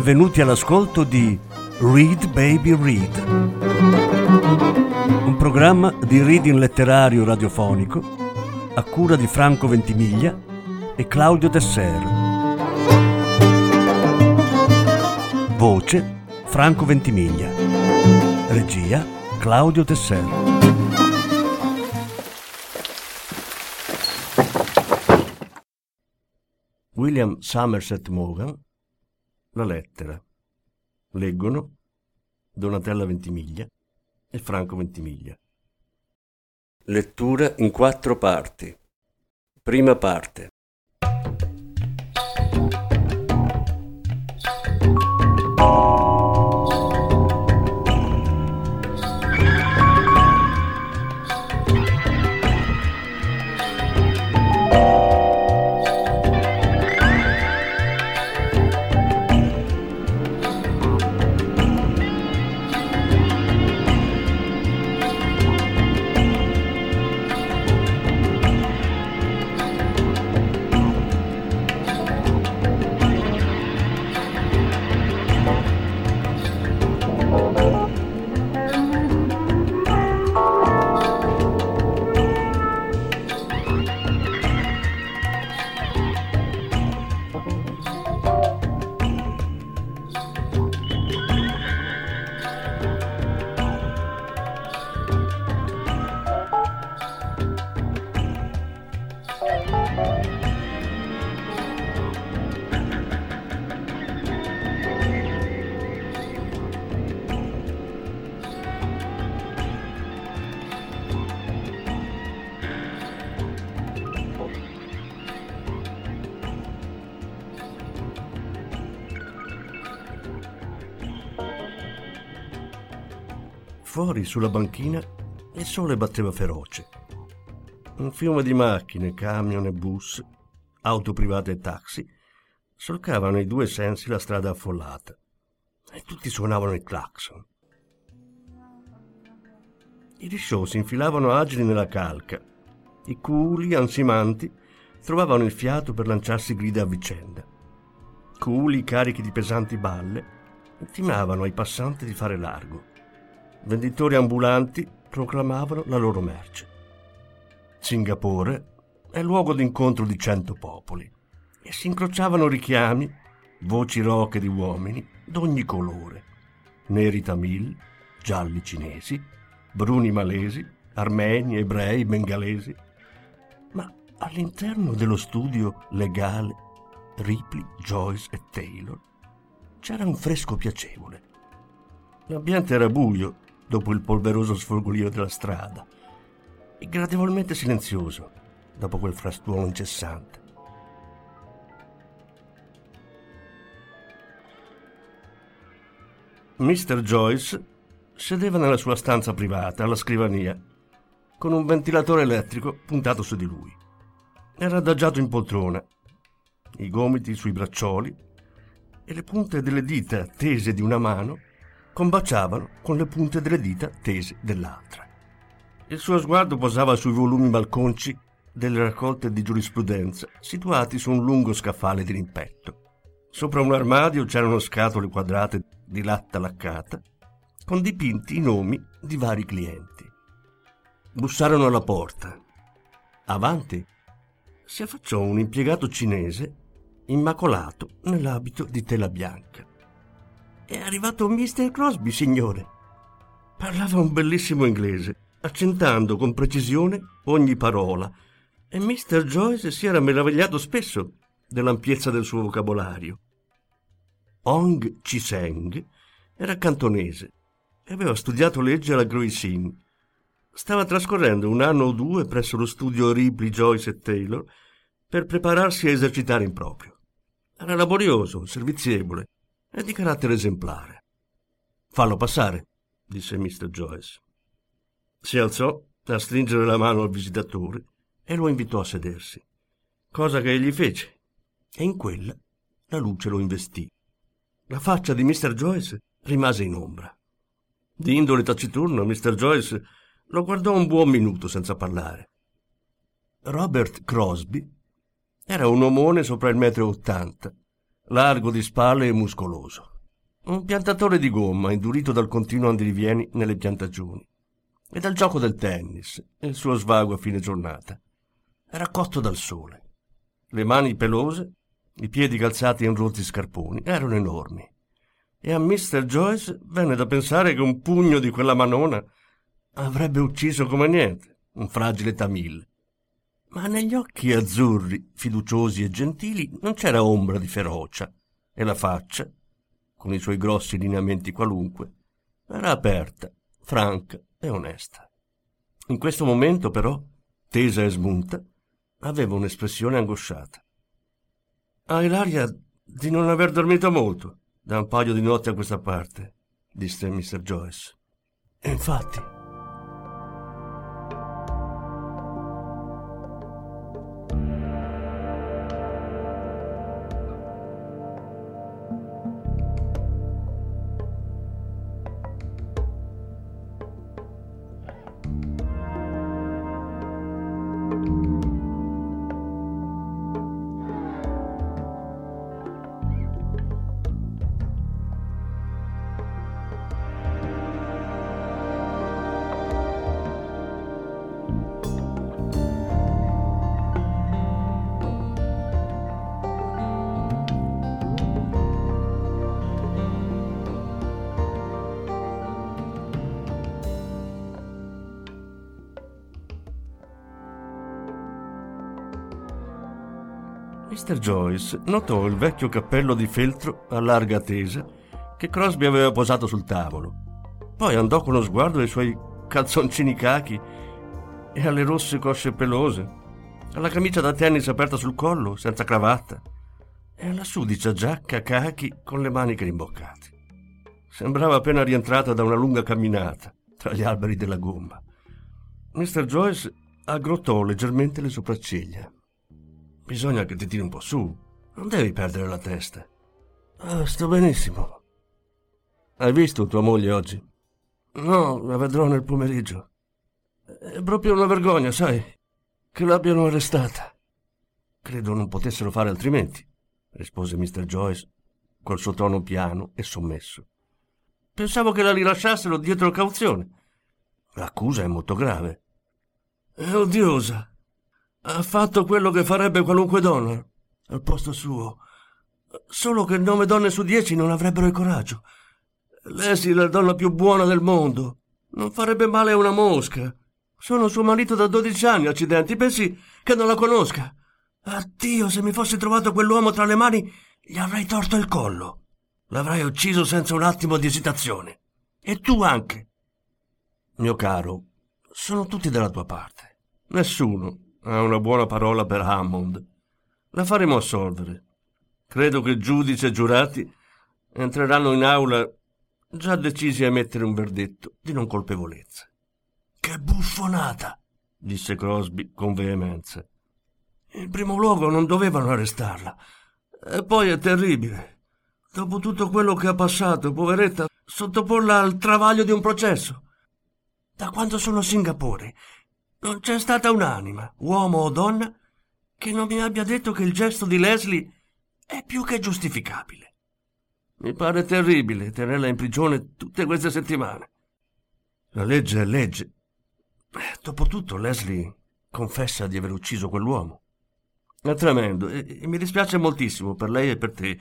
benvenuti all'ascolto di Read Baby Read, un programma di reading letterario radiofonico a cura di Franco Ventimiglia e Claudio Desser. Voce Franco Ventimiglia. Regia Claudio Desser. William Somerset Maugham. La lettera. Leggono Donatella Ventimiglia e Franco Ventimiglia. Lettura in 4 parti. Prima parte. Fuori sulla banchina il sole batteva feroce. Un fiume di macchine, camion e bus, auto private e taxi solcavano in 2 sensi la strada affollata e tutti suonavano il clacson. I risciò si infilavano agili nella calca. I culi ansimanti trovavano il fiato per lanciarsi grida a vicenda. Culi carichi di pesanti balle intimavano ai passanti di fare largo. Venditori ambulanti proclamavano la loro merce. Singapore è luogo d'incontro di 100 popoli e si incrociavano richiami, voci roche di uomini d'ogni colore: neri tamil, gialli cinesi, bruni malesi, armeni, ebrei, bengalesi. Ma all'interno dello studio legale Ripley, Joyce e Taylor c'era un fresco piacevole. L'ambiente era buio dopo il polveroso sfolgolio della strada e gradevolmente silenzioso dopo quel frastuono incessante. Mr. Joyce sedeva nella sua stanza privata alla scrivania con un ventilatore elettrico puntato su di lui. Era adagiato in poltrona, i gomiti sui braccioli e le punte delle dita tese di una mano combaciavano con le punte delle dita tese dell'altra. Il suo sguardo posava sui volumi malconci delle raccolte di giurisprudenza situati su un lungo scaffale di rimpetto. Sopra un armadio c'erano scatole quadrate di latta laccata con dipinti i nomi di vari clienti. Bussarono alla porta. Avanti si affacciò un impiegato cinese immacolato nell'abito di tela bianca. «È arrivato Mr. Crosby, signore!» Parlava un bellissimo inglese, accentando con precisione ogni parola, e Mr. Joyce si era meravigliato spesso dell'ampiezza del suo vocabolario. Ong Chi-seng era cantonese e aveva studiato legge alla Gray's Inn. Stava trascorrendo 1 anno o 2 presso lo studio Ripley, Joyce e Taylor per prepararsi a esercitare in proprio. Era laborioso, servizievole e di carattere esemplare. «Fallo passare», disse Mr. Joyce. Si alzò a stringere la mano al visitatore e lo invitò a sedersi, cosa che egli fece, e in quella la luce lo investì. La faccia di Mr. Joyce rimase in ombra. Di indole taciturno, Mr. Joyce lo guardò un buon minuto senza parlare. Robert Crosby era un omone sopra il 1,80 m, largo di spalle e muscoloso. un piantatore di gomma indurito dal continuo andirivieni nelle piantagioni e dal gioco del tennis e il suo svago a fine giornata. Era cotto dal sole. Le mani pelose, i piedi calzati in rotti scarponi, erano enormi. E a Mr. Joyce venne da pensare che un pugno di quella manona avrebbe ucciso come niente un fragile Tamil. Ma negli occhi azzurri, fiduciosi e gentili, non c'era ombra di ferocia, e la faccia, con i suoi grossi lineamenti qualunque, era aperta, franca e onesta. In questo momento, però, tesa e smunta, aveva un'espressione angosciata. «Hai l'aria di non aver dormito molto da un paio di notti a questa parte», disse Mr. Joyce. «E infatti...» Mr. Joyce notò il vecchio cappello di feltro a larga tesa che Crosby aveva posato sul tavolo. Poi andò con lo sguardo ai suoi calzoncini cachi e alle rosse cosce pelose, alla camicia da tennis aperta sul collo, senza cravatta, e alla sudicia giacca cachi con le maniche rimboccate. Sembrava appena rientrata da una lunga camminata tra gli alberi della gomma. Mr. Joyce aggrottò leggermente le sopracciglia. «Bisogna che ti tiri un po' su. Non devi perdere la testa». «Sto benissimo». «Hai visto tua moglie oggi?» «No, la vedrò nel pomeriggio». «È proprio una vergogna, sai, che l'abbiano arrestata». «Credo non potessero fare altrimenti», rispose Mr. Joyce col suo tono piano e sommesso. «Pensavo che la rilasciassero dietro cauzione. L'accusa è molto grave». «È odiosa. Ha fatto quello che farebbe qualunque donna al posto suo, solo che 9 donne su 10 non avrebbero il coraggio. Leslie è la donna più buona del mondo, non farebbe male a una mosca. Sono suo marito da 12 anni, accidenti, pensi che non la conosca? Addio, se mi fossi trovato quell'uomo tra le mani gli avrei torto il collo, l'avrei ucciso senza un attimo di esitazione, e tu anche. Mio caro, sono tutti dalla tua parte, nessuno ha una buona parola per Hammond. La faremo assolvere. Credo che giudice e giurati entreranno in aula già decisi a emettere un verdetto di non colpevolezza». «Che buffonata!» disse Crosby con veemenza. «In primo luogo non dovevano arrestarla. E poi è terribile. Dopo tutto quello che ha passato, poveretta, sottoporla al travaglio di un processo. Da quando sono a Singapore non c'è stata un'anima, uomo o donna, che non mi abbia detto che il gesto di Leslie è più che giustificabile. Mi pare terribile tenerla in prigione tutte queste settimane. La legge è legge. Dopotutto Leslie confessa di aver ucciso quell'uomo. È tremendo e mi dispiace moltissimo per lei e per te».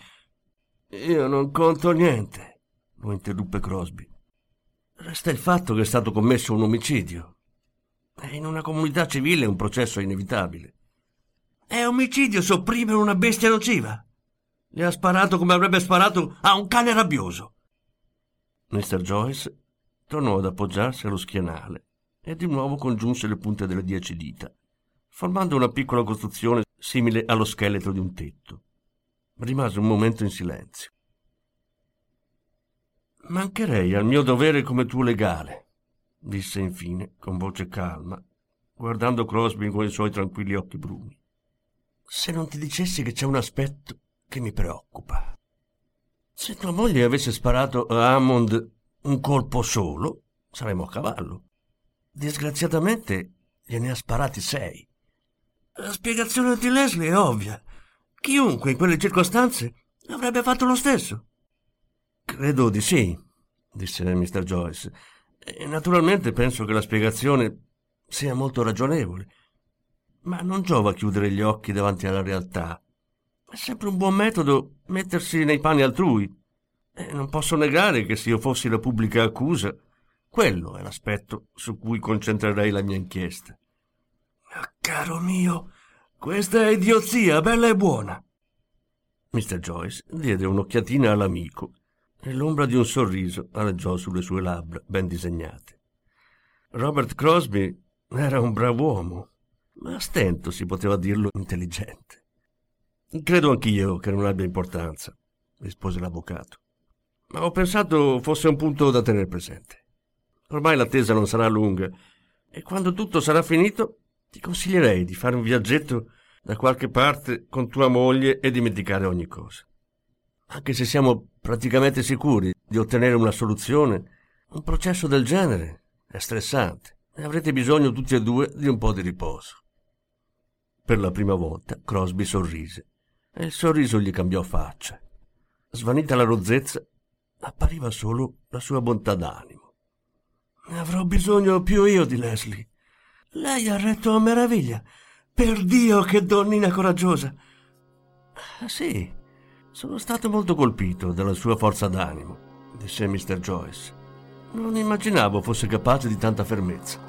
«Io non conto niente», lo interruppe Crosby. «Resta il fatto che è stato commesso un omicidio. E in una comunità civile un processo è inevitabile. È omicidio sopprimere una bestia nociva. Le ha sparato come avrebbe sparato a un cane rabbioso». Mr. Joyce tornò ad appoggiarsi allo schienale e di nuovo congiunse le punte delle 10 dita, formando una piccola costruzione simile allo scheletro di un tetto. Rimase un momento in silenzio. «Mancherei al mio dovere come tuo legale», disse infine con voce calma, guardando Crosby con i suoi tranquilli occhi bruni, «se non ti dicessi che c'è un aspetto che mi preoccupa. Se tua moglie avesse sparato a Hammond un colpo solo, saremmo a cavallo. Disgraziatamente gliene ha sparati 6. La spiegazione di Leslie è ovvia. Chiunque in quelle circostanze avrebbe fatto lo stesso». Credo di sì, disse Mr. Joyce. E naturalmente penso che la spiegazione sia molto ragionevole. Ma non giova chiudere gli occhi davanti alla realtà. È sempre un buon metodo mettersi nei panni altrui. E non posso negare che se io fossi la pubblica accusa, quello è l'aspetto su cui concentrerei la mia inchiesta. Ma caro mio, questa è idiozia, bella e buona. Mr. Joyce diede un'occhiatina all'amico e l'ombra di un sorriso aleggiò sulle sue labbra ben disegnate. Robert Crosby era un brav'uomo, ma a stento si poteva dirlo intelligente. Credo anch'io che non abbia importanza, rispose l'avvocato, ma ho pensato fosse un punto da tenere presente. Ormai l'attesa non sarà lunga e quando tutto sarà finito ti consiglierei di fare un viaggetto da qualche parte con tua moglie e dimenticare ogni cosa. Anche se siamo praticamente sicuri di ottenere una soluzione, un processo del genere è stressante e avrete bisogno tutti e due di un po' di riposo. Per la prima volta Crosby sorrise e il sorriso gli cambiò faccia. Svanita la rozzezza, appariva solo la sua bontà d'animo. Ne avrò bisogno più io di Leslie. Lei ha retto a meraviglia. Per Dio, che donnina coraggiosa! Sì, sono stato molto colpito dalla sua forza d'animo, disse Mr. Joyce. Non immaginavo fosse capace di tanta fermezza.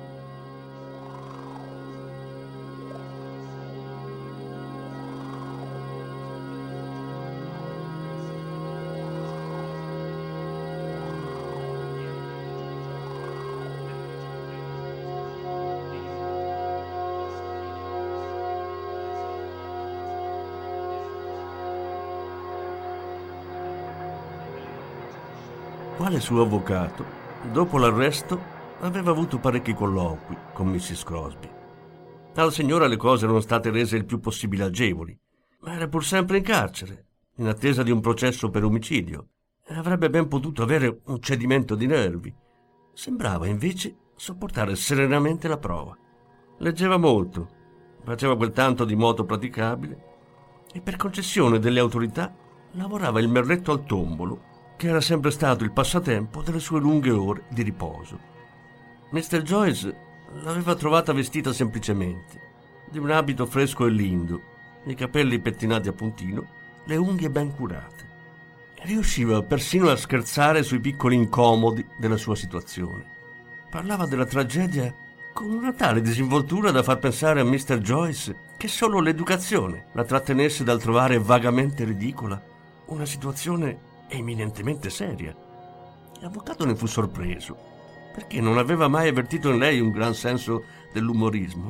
Quale suo avvocato, dopo l'arresto, aveva avuto parecchi colloqui con Mrs. Crosby. Alla signora le cose erano state rese il più possibile agevoli, ma era pur sempre in carcere, in attesa di un processo per omicidio, e avrebbe ben potuto avere un cedimento di nervi. Sembrava invece sopportare serenamente la prova. Leggeva molto, faceva quel tanto di moto praticabile e per concessione delle autorità lavorava il merletto al tombolo, che era sempre stato il passatempo delle sue lunghe ore di riposo. Mr. Joyce l'aveva trovata vestita semplicemente, di un abito fresco e lindo, i capelli pettinati a puntino, le unghie ben curate. E riusciva persino a scherzare sui piccoli incomodi della sua situazione. Parlava della tragedia con una tale disinvoltura da far pensare a Mr. Joyce che solo l'educazione la trattenesse dal trovare vagamente ridicola una situazione eminentemente seria. L'avvocato ne fu sorpreso, perché non aveva mai avvertito in lei un gran senso dell'umorismo.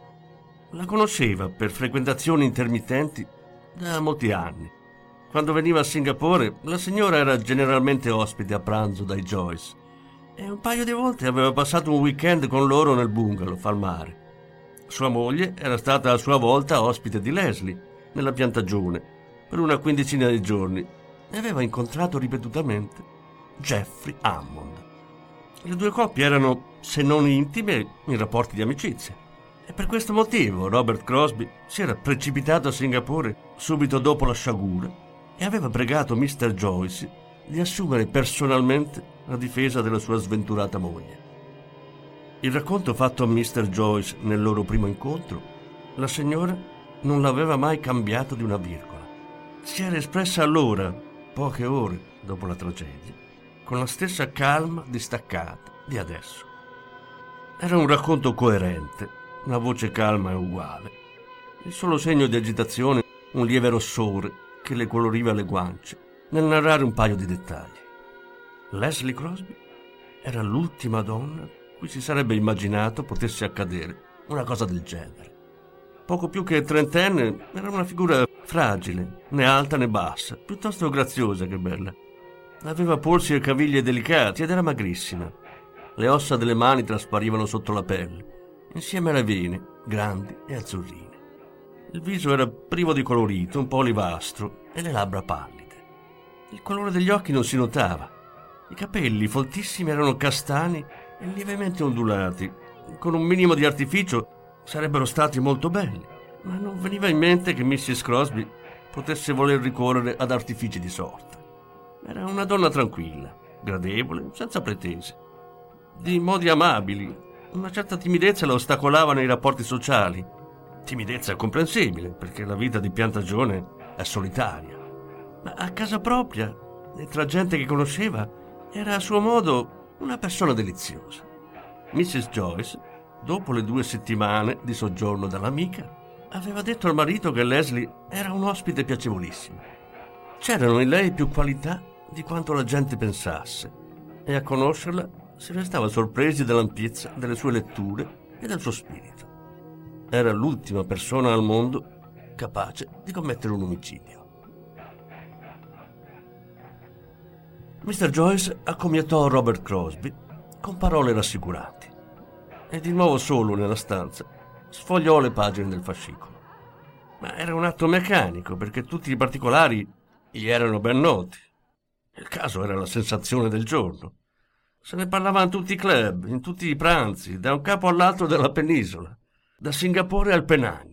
La conosceva per frequentazioni intermittenti da molti anni. Quando veniva a Singapore, la signora era generalmente ospite a pranzo dai Joyce e un paio di volte aveva passato un weekend con loro nel bungalow al mare. Sua moglie era stata a sua volta ospite di Leslie nella piantagione per una quindicina di giorni e aveva incontrato ripetutamente Jeffrey Hammond. Le due coppie erano, se non intime, in rapporti di amicizia. E per questo motivo Robert Crosby si era precipitato a Singapore subito dopo la sciagura e aveva pregato Mr. Joyce di assumere personalmente la difesa della sua sventurata moglie. Il racconto fatto a Mr. Joyce nel loro primo incontro, la signora non l'aveva mai cambiato di una virgola. Si era espressa allora, poche ore dopo la tragedia, con la stessa calma distaccata di adesso. Era un racconto coerente, una voce calma e uguale. Il solo segno di agitazione, un lieve rossore che le coloriva le guance, nel narrare un paio di dettagli. Leslie Crosby era l'ultima donna cui si sarebbe immaginato potesse accadere una cosa del genere. Poco più che trentenne, era una figura fragile, né alta né bassa, piuttosto graziosa che bella. Aveva polsi e caviglie delicati ed era magrissima. Le ossa delle mani trasparivano sotto la pelle, insieme alle vene, grandi e azzurrine. Il viso era privo di colorito, un po' olivastro, e le labbra pallide. Il colore degli occhi non si notava. I capelli, foltissimi, erano castani e lievemente ondulati. Con un minimo di artificio sarebbero stati molto belli, ma non veniva in mente che Mrs. Crosby potesse voler ricorrere ad artifici di sorta. Era una donna tranquilla, gradevole, senza pretese, di modi amabili. Una certa timidezza la ostacolava nei rapporti sociali. Timidezza comprensibile, perché la vita di Piantagione è solitaria. Ma a casa propria, e tra gente che conosceva, era a suo modo una persona deliziosa. Mrs. Joyce, dopo le 2 settimane di soggiorno dall'amica, aveva detto al marito che Leslie era un ospite piacevolissimo. C'erano in lei più qualità di quanto la gente pensasse, e a conoscerla si restava sorpresi dall'ampiezza delle sue letture e del suo spirito. Era l'ultima persona al mondo capace di commettere un omicidio. Mr. Joyce accomiatò Robert Crosby con parole rassicuranti e di nuovo solo nella stanza sfogliò le pagine del fascicolo. Ma era un atto meccanico, perché tutti i particolari gli erano ben noti. Il caso era la sensazione del giorno. Se ne parlava in tutti i club, in tutti i pranzi, da un capo all'altro della penisola, da Singapore al Penang.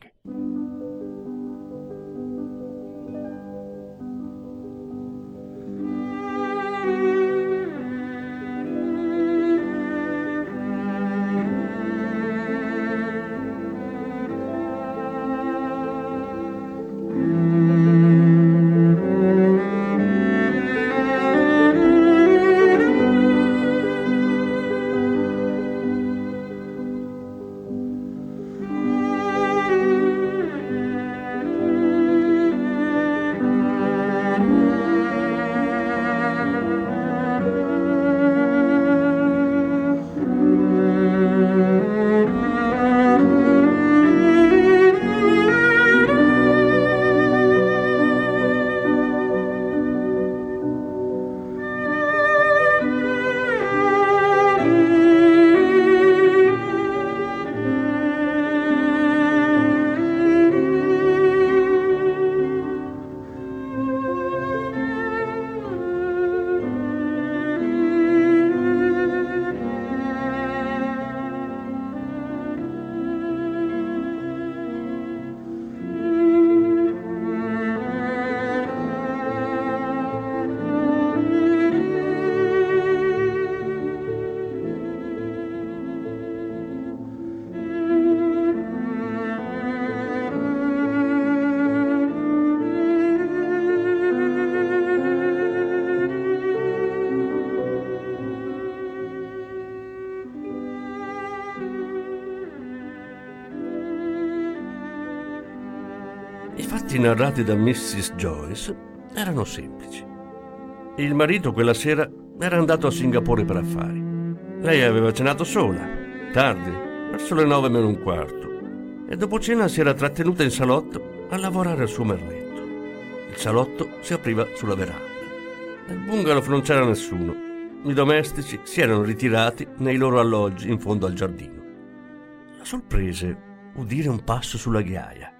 I fatti narrati da Mrs. Joyce erano semplici. Il marito quella sera era andato a Singapore per affari. Lei aveva cenato sola, tardi, verso le 9:45, e dopo cena si era trattenuta in salotto a lavorare al suo merletto. Il salotto si apriva sulla veranda. Nel bungalow non c'era nessuno. I domestici si erano ritirati nei loro alloggi in fondo al giardino. La sorprese udire un passo sulla ghiaia.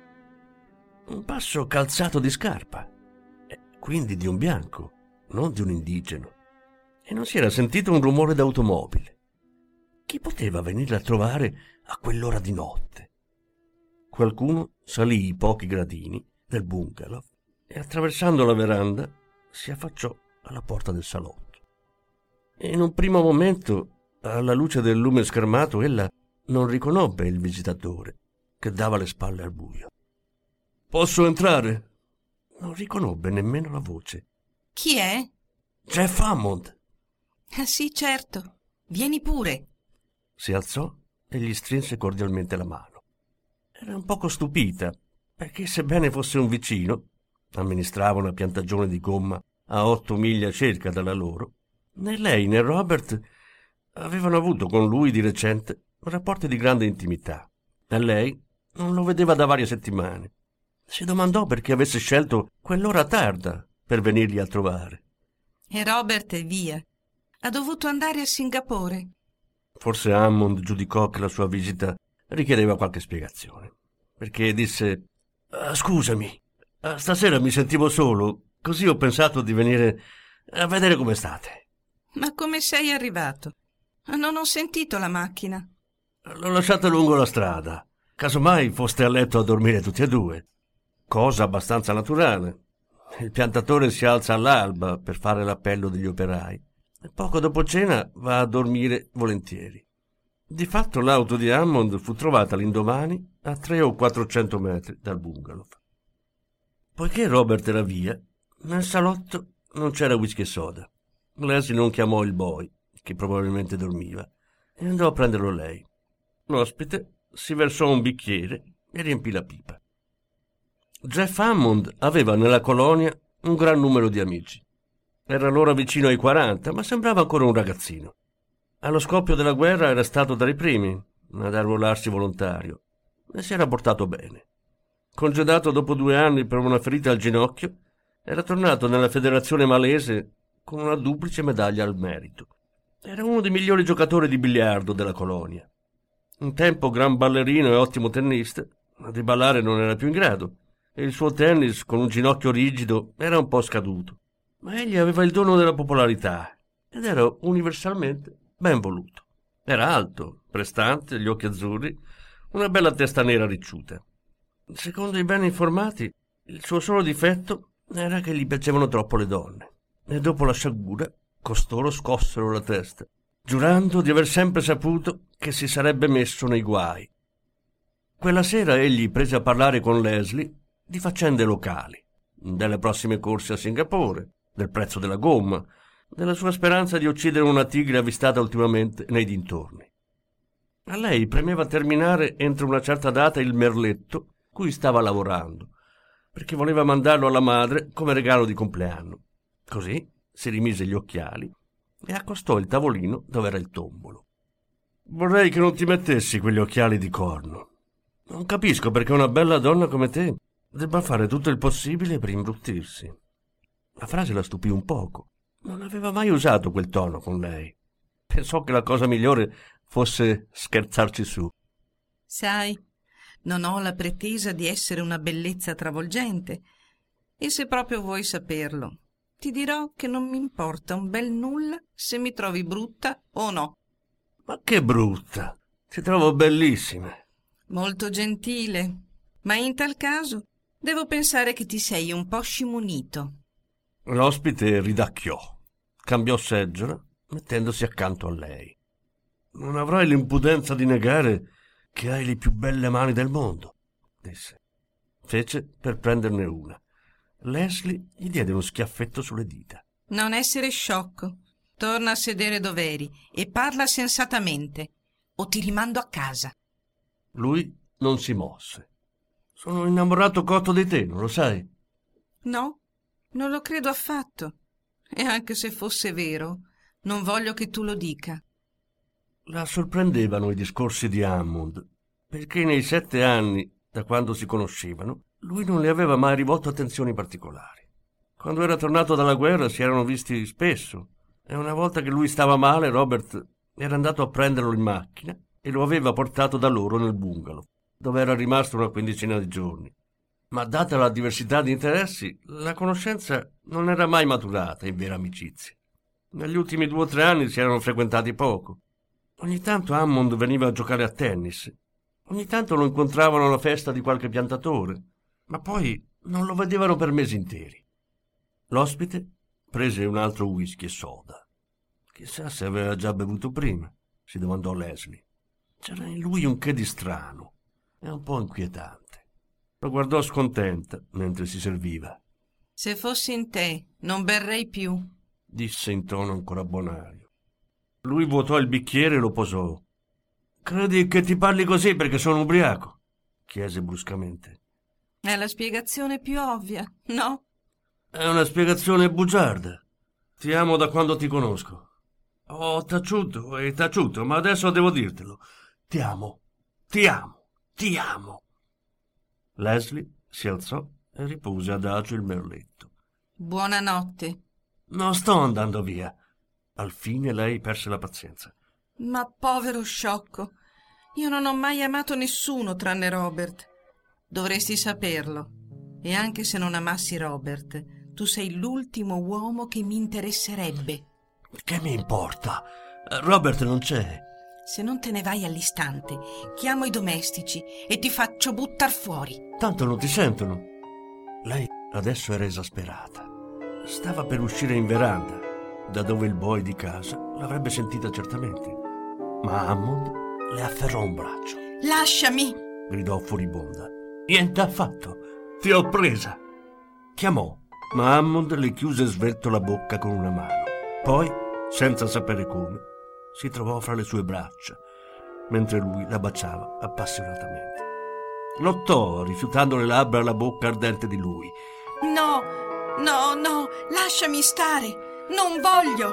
Un passo calzato di scarpa, e quindi di un bianco, non di un indigeno. E non si era sentito un rumore d'automobile. Chi poteva venirla a trovare a quell'ora di notte? Qualcuno salì i pochi gradini del bungalow e, attraversando la veranda, si affacciò alla porta del salotto. E in un primo momento, alla luce del lume schermato, ella non riconobbe il visitatore che dava le spalle al buio. «Posso entrare?» Non riconobbe nemmeno la voce. «Chi è?» «Jeff Hammond». «Ah, sì, certo. Vieni pure». Si alzò e gli strinse cordialmente la mano. Era un poco stupita, perché sebbene fosse un vicino, amministrava una piantagione di gomma a 8 miglia circa dalla loro, né lei né Robert avevano avuto con lui di recente rapporti di grande intimità. E lei non lo vedeva da varie settimane. Si domandò perché avesse scelto quell'ora tarda per venirli a trovare. E Robert è via. Ha dovuto andare a Singapore. Forse Hammond giudicò che la sua visita richiedeva qualche spiegazione, perché disse: «Scusami, stasera mi sentivo solo, così ho pensato di venire a vedere come state». «Ma come sei arrivato? Non ho sentito la macchina». «L'ho lasciata lungo la strada. Casomai foste a letto a dormire tutti e due. Cosa abbastanza naturale. Il piantatore si alza all'alba per fare l'appello degli operai e poco dopo cena va a dormire volentieri. Di fatto l'auto di Hammond fu trovata l'indomani a 300 o 400 metri dal bungalow. Poiché Robert era via, nel salotto non c'era whisky e soda. Leslie non chiamò il boy, che probabilmente dormiva, e andò a prenderlo lei. L'ospite si versò un bicchiere e riempì la pipa. Jeff Hammond aveva nella colonia un gran numero di amici. Era allora vicino ai 40, ma sembrava ancora un ragazzino. Allo scoppio della guerra era stato tra i primi ad arruolarsi volontario e si era portato bene. Congedato dopo 2 anni per una ferita al ginocchio, era tornato nella federazione malese con una duplice medaglia al merito. Era uno dei migliori giocatori di biliardo della colonia. Un tempo gran ballerino e ottimo tennista, ma di ballare non era più in grado, e il suo tennis, con un ginocchio rigido, era un po' scaduto. Ma egli aveva il dono della popolarità ed era universalmente ben voluto. Era alto, prestante, gli occhi azzurri, una bella testa nera ricciuta. Secondo i ben informati, il suo solo difetto era che gli piacevano troppo le donne, e dopo la sciagura costoro scossero la testa, giurando di aver sempre saputo che si sarebbe messo nei guai. Quella sera egli prese a parlare con Leslie di faccende locali, delle prossime corse a Singapore, del prezzo della gomma, della sua speranza di uccidere una tigre avvistata ultimamente nei dintorni. A lei premeva terminare entro una certa data il merletto cui stava lavorando, perché voleva mandarlo alla madre come regalo di compleanno. Così si rimise gli occhiali e accostò il tavolino dove era il tombolo. «Vorrei che non ti mettessi quegli occhiali di corno. Non capisco perché una bella donna come te debba fare tutto il possibile per imbruttirsi». La frase la stupì un poco. Non aveva mai usato quel tono con lei. Pensò che la cosa migliore fosse scherzarci su. Sai, non ho la pretesa di essere una bellezza travolgente, e se proprio vuoi saperlo, ti dirò che non mi importa un bel nulla se mi trovi brutta o no. Ma che brutta! Ti trovo bellissima. Molto gentile, ma in tal caso devo pensare che ti sei un po' scimunito. L'ospite ridacchiò, cambiò seggiola, mettendosi accanto a lei. «Non avrai l'impudenza di negare che hai le più belle mani del mondo», disse. Fece per prenderne una. Leslie gli diede uno schiaffetto sulle dita. Non essere sciocco. Torna a sedere dov'eri e parla sensatamente, o ti rimando a casa. Lui non si mosse. «Sono innamorato cotto di te, non lo sai?» No, non lo credo affatto. E anche se fosse vero, non voglio che tu lo dica. La sorprendevano i discorsi di Hammond, perché nei 7 anni, da quando si conoscevano, lui non le aveva mai rivolto attenzioni particolari. Quando era tornato dalla guerra si erano visti spesso, e una volta che lui stava male, Robert era andato a prenderlo in macchina e lo aveva portato da loro nel bungalow, dove era rimasto una quindicina di giorni. Ma data la diversità di interessi, la conoscenza non era mai maturata in vera amicizia. Negli ultimi 2 o 3 anni si erano frequentati poco. Ogni tanto Hammond veniva a giocare a tennis. Ogni tanto lo incontravano alla festa di qualche piantatore, ma poi non lo vedevano per mesi interi. L'ospite prese un altro whisky e soda. Chissà se aveva già bevuto prima, si domandò Leslie. C'era in lui un che di strano e un po' inquietante. Lo guardò scontenta mentre si serviva. Se fossi in te, non berrei più, disse in tono ancora bonario. Lui vuotò il bicchiere e lo posò. «Credi che ti parli così perché sono ubriaco?» chiese bruscamente. È la spiegazione più ovvia, no? È una spiegazione bugiarda. Ti amo da quando ti conosco. Ho taciuto e taciuto, ma adesso devo dirtelo. Ti amo, ti amo, ti amo. Leslie si alzò e ripose adagio il merletto. Buonanotte. Non sto andando via. Al fine lei perse la pazienza. Ma povero sciocco, io non ho mai amato nessuno tranne Robert. Dovresti saperlo. E anche se non amassi Robert, tu sei l'ultimo uomo che mi interesserebbe. Che mi importa? Robert non c'è. Se non te ne vai all'istante, chiamo i domestici e ti faccio buttar fuori. Tanto non ti sentono. Lei adesso era esasperata. Stava per uscire in veranda, da dove il boy di casa l'avrebbe sentita certamente. Ma Hammond le afferrò un braccio. Lasciami! Gridò furibonda. Niente affatto, ti ho presa! Chiamò, ma Hammond le chiuse svelto la bocca con una mano. Poi, senza sapere come, si trovò fra le sue braccia, mentre lui la baciava appassionatamente. Lottò, rifiutando le labbra alla bocca ardente di lui. No, lasciami stare! Non voglio!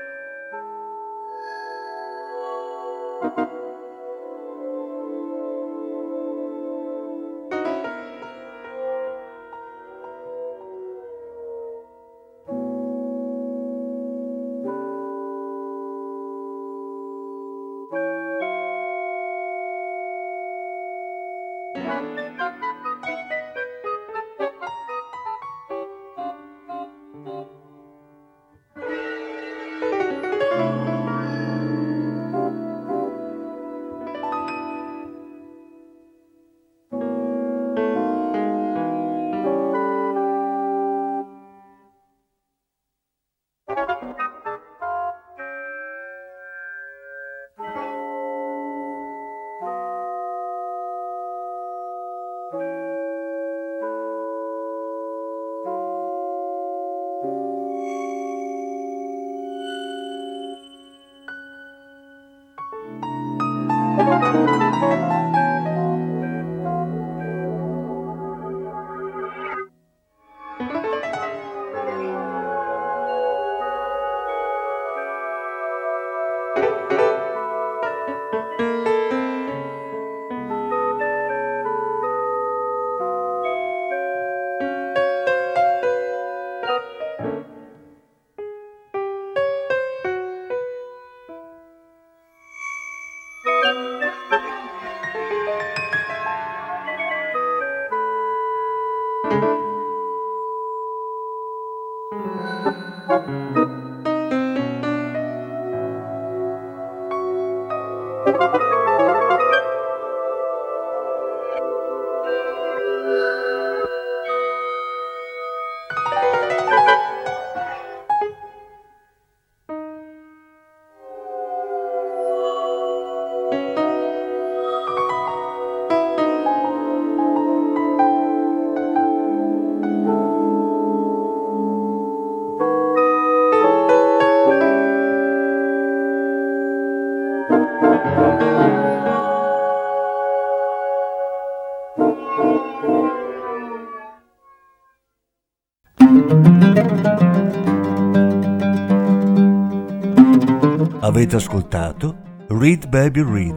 Avete ascoltato Read Baby Read,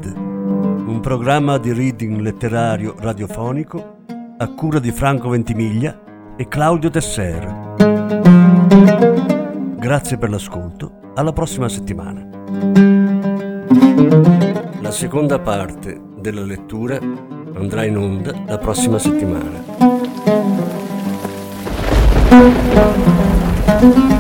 un programma di reading letterario radiofonico a cura di Franco Ventimiglia e Claudio Tesser. Grazie per l'ascolto, alla prossima settimana. La seconda parte della lettura andrà in onda la prossima settimana.